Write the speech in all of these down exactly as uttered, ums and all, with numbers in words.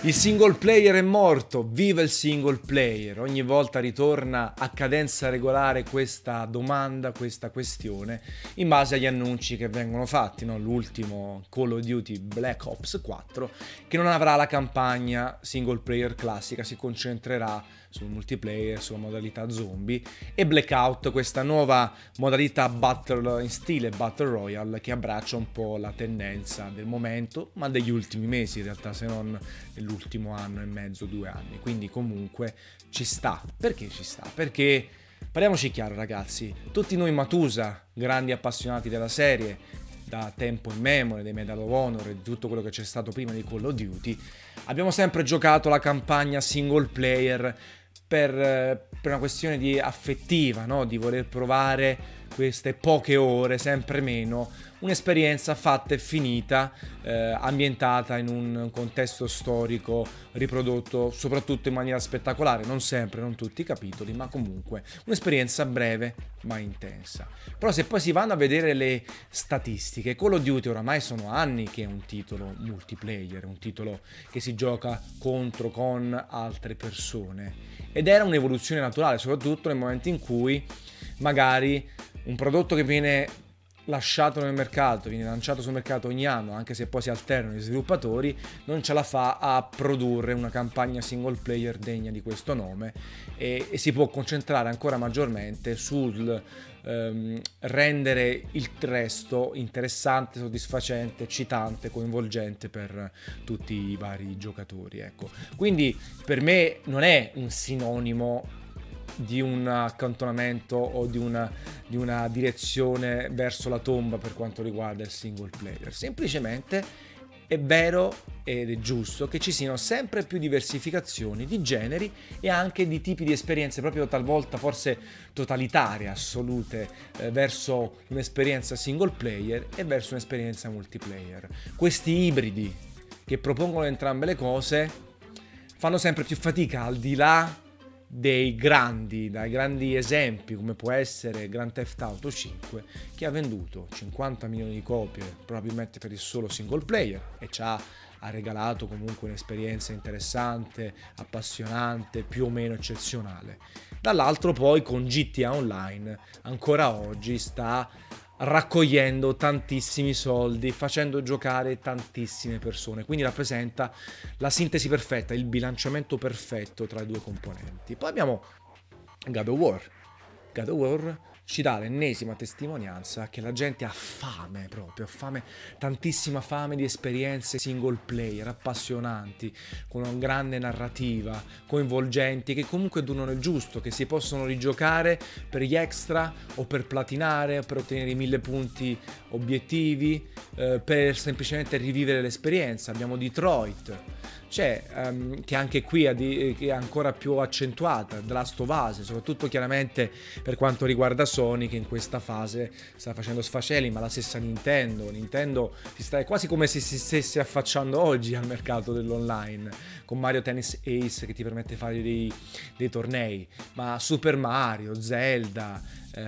Il single player è morto, viva il single player. Ogni volta ritorna a cadenza regolare questa domanda, questa questione, in base agli annunci che vengono fatti, no? L'ultimo Call of Duty Black Ops quattro, che non avrà la campagna single player classica, si concentrerà sul multiplayer, sulla modalità zombie, e Blackout, questa nuova modalità battle in stile Battle Royale che abbraccia un po' la tendenza del momento, ma degli ultimi mesi in realtà, se non nell'ultimo anno e mezzo, due anni. Quindi comunque ci sta. Perché ci sta? Perché, parliamoci chiaro ragazzi, tutti noi Matusa, grandi appassionati della serie, da tempo in memoria, dei Medal of Honor e di tutto quello che c'è stato prima di Call of Duty, abbiamo sempre giocato la campagna single player per, per una questione di affettiva, no? Di voler provare queste poche ore, sempre meno, un'esperienza fatta e finita, eh, ambientata in un contesto storico riprodotto soprattutto in maniera spettacolare, non sempre, non tutti i capitoli, ma comunque un'esperienza breve ma intensa. Però se poi si vanno a vedere le statistiche, Call of Duty oramai sono anni che è un titolo multiplayer, un titolo che si gioca contro, con altre persone, ed era un'evoluzione naturale, soprattutto nel momento in cui magari un prodotto che viene lasciato nel mercato, viene lanciato sul mercato ogni anno, anche se poi si alternano gli sviluppatori, non ce la fa a produrre una campagna single player degna di questo nome, e, e si può concentrare ancora maggiormente sul ehm, rendere il resto interessante, soddisfacente, eccitante, coinvolgente per tutti i vari giocatori, ecco. Quindi per me non è un sinonimo di un accantonamento o di una, di una direzione verso la tomba per quanto riguarda il single player. Semplicemente è vero ed è giusto che ci siano sempre più diversificazioni di generi e anche di tipi di esperienze, proprio talvolta forse totalitarie, assolute, eh, verso un'esperienza single player e verso un'esperienza multiplayer. Questi ibridi che propongono entrambe le cose fanno sempre più fatica, al di là dei grandi, dai grandi esempi come può essere Grand Theft Auto cinque, che ha venduto cinquanta milioni di copie probabilmente per il solo single player e ci ha, ha regalato comunque un'esperienza interessante, appassionante, più o meno eccezionale. Dall'altro poi con G T A Online ancora oggi sta raccogliendo tantissimi soldi, facendo giocare tantissime persone, quindi rappresenta la sintesi perfetta, il bilanciamento perfetto tra i due componenti. Poi abbiamo God of War. God of War ci dà l'ennesima testimonianza che la gente ha fame, proprio ha fame, tantissima fame di esperienze single player appassionanti, con una grande narrativa, coinvolgenti, che comunque durano il giusto, che si possono rigiocare per gli extra o per platinare, o per ottenere i mille punti obiettivi, eh, per semplicemente rivivere l'esperienza. Abbiamo Detroit, c'è um, che anche qui è, di, che è ancora più accentuata, The Last of Us, soprattutto chiaramente per quanto riguarda Sony, che in questa fase sta facendo sfaceli, ma la stessa Nintendo Nintendo si sta, è quasi come se si stesse affacciando oggi al mercato dell'online, con Mario Tennis Ace che ti permette di fare dei, dei tornei, ma Super Mario, Zelda,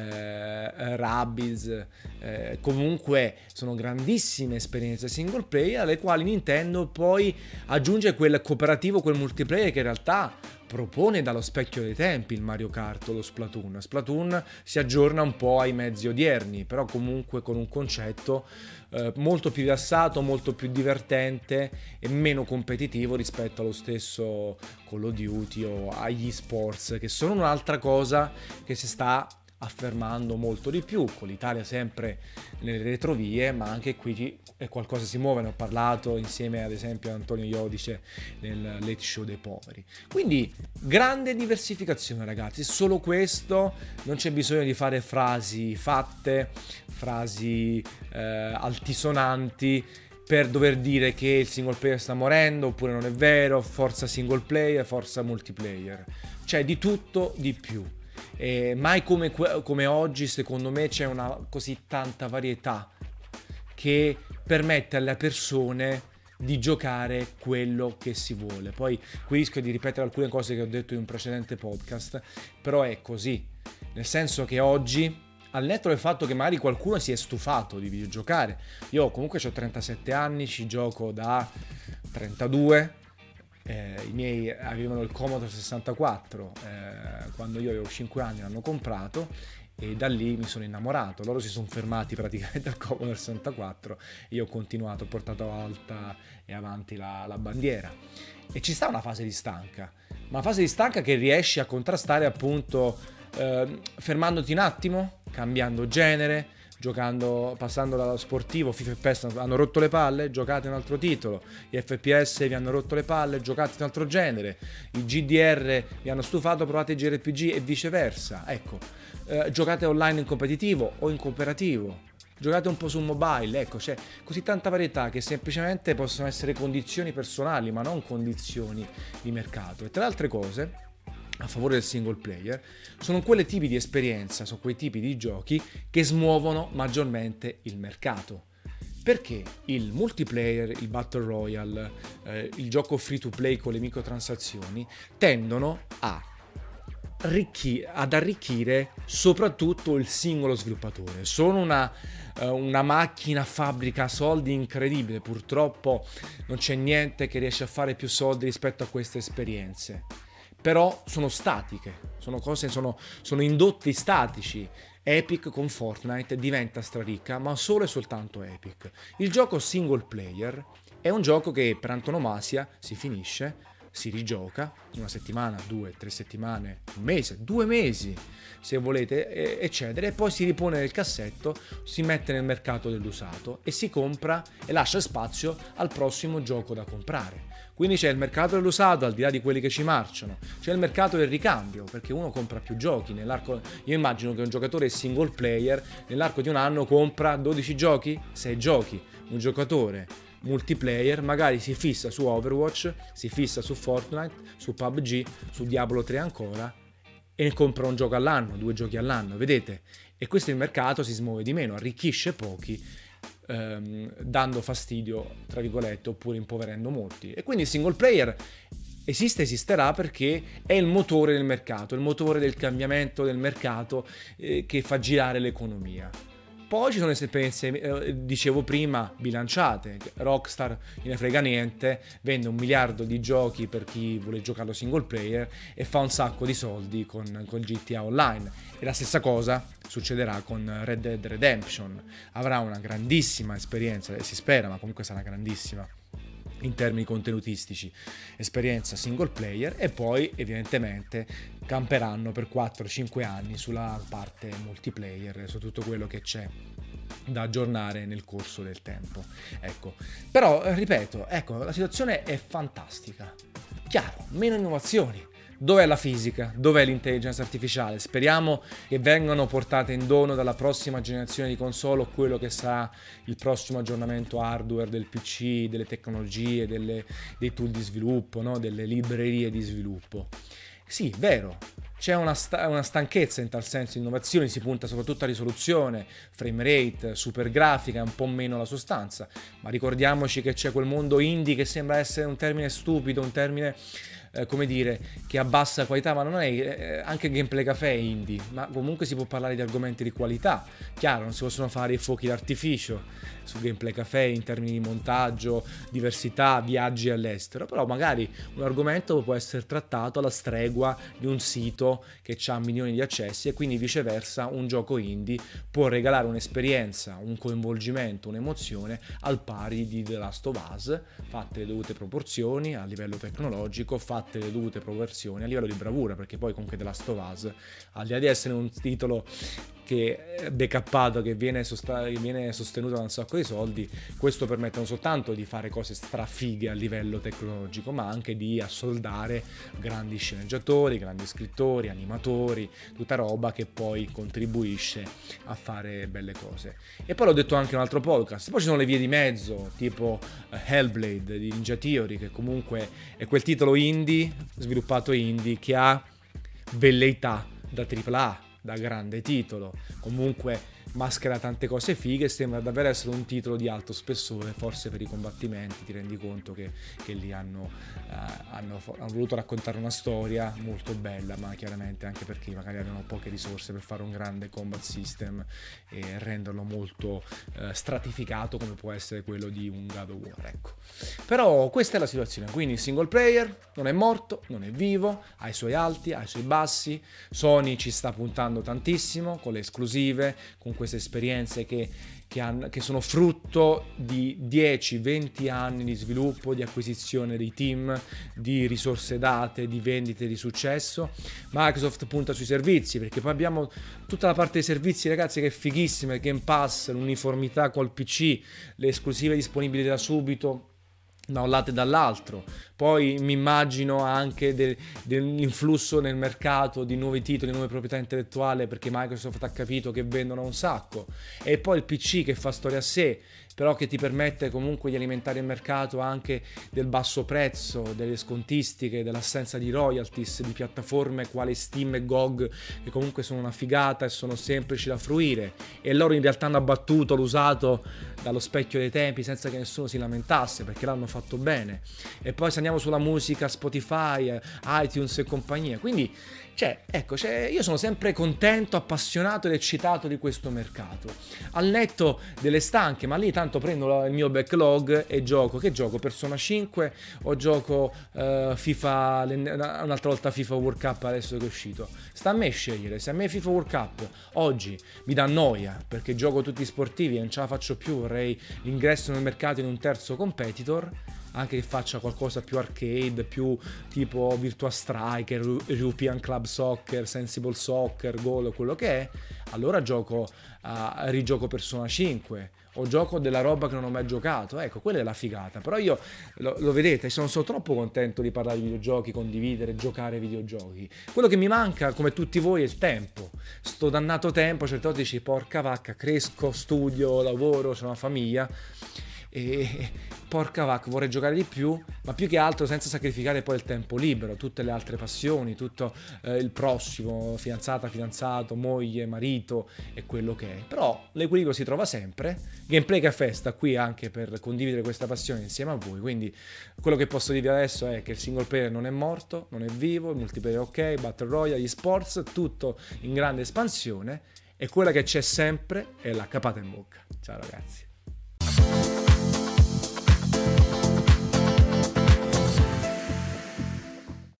eh, Rabbids, eh, comunque sono grandissime esperienze single player alle quali Nintendo poi aggiunge quel cooperativo, quel multiplayer che in realtà propone dallo specchio dei tempi, il Mario Kart o lo Splatoon. Splatoon si aggiorna un po' ai mezzi odierni, però comunque con un concetto eh, molto più rilassato, molto più divertente e meno competitivo rispetto allo stesso Call of Duty o agli sports, che sono un'altra cosa che si sta affermando molto di più, con l'Italia sempre nelle retrovie, ma anche qui qualcosa si muove. Ne ho parlato insieme ad esempio a Antonio Iodice nel Late Show dei Poveri. Quindi grande diversificazione ragazzi, solo questo, non c'è bisogno di fare frasi fatte, frasi eh, altisonanti per dover dire che il single player sta morendo oppure non è vero, forza single player, forza multiplayer. C'è di tutto di più. E mai come, come oggi secondo me c'è una così tanta varietà che permette alle persone di giocare quello che si vuole. Poi qui rischio di ripetere alcune cose che ho detto in un precedente podcast, però è così, nel senso che oggi, al netto del fatto che magari qualcuno si è stufato di videogiocare, io comunque ho trentasette anni, ci gioco da trentadue, eh, i miei avevano il Commodore sessantaquattro, eh, quando io avevo cinque anni l'hanno comprato e da lì mi sono innamorato. Loro si sono fermati praticamente al Commodore sessantaquattro e io ho continuato, ho portato alta e avanti la, la bandiera. E ci sta una fase di stanca, ma una fase di stanca che riesci a contrastare appunto eh, fermandoti un attimo, cambiando genere, giocando, passando dallo sportivo. FIFA e PES hanno rotto le palle, giocate un altro titolo. Gli F P S vi hanno rotto le palle, giocate un altro genere. I G D R vi hanno stufato, provate i J R P G e viceversa. Ecco, eh, giocate online in competitivo o in cooperativo, giocate un po' su mobile. Ecco, c'è così tanta varietà che semplicemente possono essere condizioni personali ma non condizioni di mercato. E tra le altre cose, a favore del single player, sono quelle tipi di esperienza, sono quei tipi di giochi che smuovono maggiormente il mercato. Perché il multiplayer, il battle royale, eh, il gioco free to play con le microtransazioni tendono a Ricchi, ad arricchire soprattutto il singolo sviluppatore. Sono una, uh, una macchina fabbrica soldi incredibile. Purtroppo non c'è niente che riesce a fare più soldi rispetto a queste esperienze, però sono statiche, sono cose, sono, sono indotti statici. Epic con Fortnite diventa straricca, ma solo e soltanto Epic. Il gioco single player è un gioco che per antonomasia si finisce, si rigioca una settimana, due, tre settimane, un mese, due mesi se volete eccedere, e poi si ripone nel cassetto, si mette nel mercato dell'usato e si compra e lascia spazio al prossimo gioco da comprare. Quindi c'è il mercato dell'usato, al di là di quelli che ci marciano, c'è il mercato del ricambio, perché uno compra più giochi nell'arco. Io immagino che un giocatore single player nell'arco di un anno compra dodici giochi, sei giochi. Un giocatore multiplayer magari si fissa su Overwatch, si fissa su Fortnite, su P U B G, su Diablo tre ancora, e ne compra un gioco all'anno, due giochi all'anno, vedete? E questo il mercato si smuove di meno, arricchisce pochi, ehm, dando fastidio, tra virgolette, oppure impoverendo molti. E quindi il single player esiste, esisterà perché è il motore del mercato, il motore del cambiamento del mercato, eh, che fa girare l'economia. Poi ci sono le esperienze, eh, dicevo prima, bilanciate. Rockstar ne frega niente, vende un miliardo di giochi per chi vuole giocarlo single player e fa un sacco di soldi con, con G T A Online. E la stessa cosa succederà con Red Dead Redemption. Avrà una grandissima esperienza, e si spera, ma comunque sarà grandissima in termini contenutistici, esperienza single player, e poi evidentemente camperanno per quattro cinque anni sulla parte multiplayer, su tutto quello che c'è da aggiornare nel corso del tempo. Ecco, però ripeto, ecco, la situazione è fantastica. Chiaro, meno innovazioni. Dov'è la fisica? Dov'è l'intelligenza artificiale? Speriamo che vengano portate in dono dalla prossima generazione di console, o quello che sarà il prossimo aggiornamento hardware del P C, delle tecnologie, delle, dei tool di sviluppo, no? Delle librerie di sviluppo. Sì, vero, c'è una, sta- una stanchezza in tal senso, innovazioni, si punta soprattutto a risoluzione, frame rate, super grafica, un po' meno la sostanza, ma ricordiamoci che c'è quel mondo indie che sembra essere un termine stupido, un termine, eh, come dire, che abbassa qualità, ma non è, eh, anche Gameplay Café è indie, ma comunque si può parlare di argomenti di qualità. Chiaro, non si possono fare i fuochi d'artificio su Gameplay Café in termini di montaggio, diversità, viaggi all'estero, però magari un argomento può essere trattato alla stregua di un sito che ha milioni di accessi, e quindi viceversa un gioco indie può regalare un'esperienza, un coinvolgimento, un'emozione al pari di The Last of Us, fatte le dovute proporzioni a livello tecnologico, fatte le dovute proporzioni a livello di bravura, perché poi comunque The Last of Us, al di là di essere un titolo che è decappato, che viene, sosta- che viene sostenuto da un sacco di soldi, questo permette non soltanto di fare cose strafighe a livello tecnologico, ma anche di assoldare grandi sceneggiatori, grandi scrittori, animatori, tutta roba che poi contribuisce a fare belle cose. E poi l'ho detto anche in un altro podcast, poi ci sono le vie di mezzo, tipo Hellblade di Ninja Theory, che comunque è quel titolo indie, sviluppato indie, che ha velleità da tripla A, da grande titolo, comunque maschera tante cose fighe e sembra davvero essere un titolo di alto spessore, forse per i combattimenti ti rendi conto che, che lì hanno, uh, hanno, hanno voluto raccontare una storia molto bella, ma chiaramente anche perché magari avevano poche risorse per fare un grande combat system e renderlo molto uh, stratificato come può essere quello di un God of War, ecco. Però questa è la situazione, quindi il single player non è morto, non è vivo, ha i suoi alti, ha i suoi bassi. Sony ci sta puntando tantissimo con le esclusive, con queste esperienze che, che, hanno, che sono frutto di dieci venti anni di sviluppo, di acquisizione dei team, di risorse date, di vendite di successo. Microsoft punta sui servizi, perché poi abbiamo tutta la parte dei servizi, ragazzi, che è fighissima, il Game Pass, l'uniformità col P C, le esclusive disponibili da subito da un lato e dall'altro. Poi mi immagino anche de, dell'influsso nel mercato di nuovi titoli, nuove proprietà intellettuali, perché Microsoft ha capito che vendono un sacco, e poi il P C che fa storia a sé, però che ti permette comunque di alimentare il mercato anche del basso prezzo, delle scontistiche, dell'assenza di royalties, di piattaforme quali Steam e G O G, che comunque sono una figata e sono semplici da fruire, e loro in realtà hanno abbattuto l'usato dallo specchio dei tempi senza che nessuno si lamentasse, perché l'hanno fatto bene. E poi se andiamo sulla musica, Spotify, iTunes e compagnia, quindi cioè, ecco, cioè, io sono sempre contento, appassionato ed eccitato di questo mercato, al netto delle stanche, ma lì tanto prendo il mio backlog e gioco. Che gioco? Persona cinque o gioco uh, FIFA, un'altra volta FIFA World Cup adesso che è uscito? Sta a me scegliere. Se a me FIFA World Cup oggi mi dà noia perché gioco tutti sportivi e non ce la faccio più, vorrei l'ingresso nel mercato in un terzo competitor, anche che faccia qualcosa più arcade, più tipo Virtua Striker, European Club Soccer, Sensible Soccer, Goal, quello che è, allora gioco, uh, rigioco Persona cinque o gioco della roba che non ho mai giocato. Ecco, quella è la figata. Però io, lo, lo vedete, sono, sono troppo contento di parlare di videogiochi, condividere, giocare ai videogiochi. Quello che mi manca, come tutti voi, è il tempo. Sto dannato tempo, certe volte dici porca vacca, cresco, studio, lavoro, c'ho una famiglia e porca vacca, vorrei giocare di più, ma più che altro senza sacrificare poi il tempo libero, tutte le altre passioni, tutto eh, il prossimo, fidanzata, fidanzato, moglie, marito e quello che è. Però l'equilibrio si trova sempre. Gameplay Café sta qui anche per condividere questa passione insieme a voi, quindi quello che posso dirvi adesso è che il single player non è morto, non è vivo, il multiplayer ok, Battle Royale, gli sports, tutto in grande espansione, e quella che c'è sempre è la capata in bocca. Ciao ragazzi.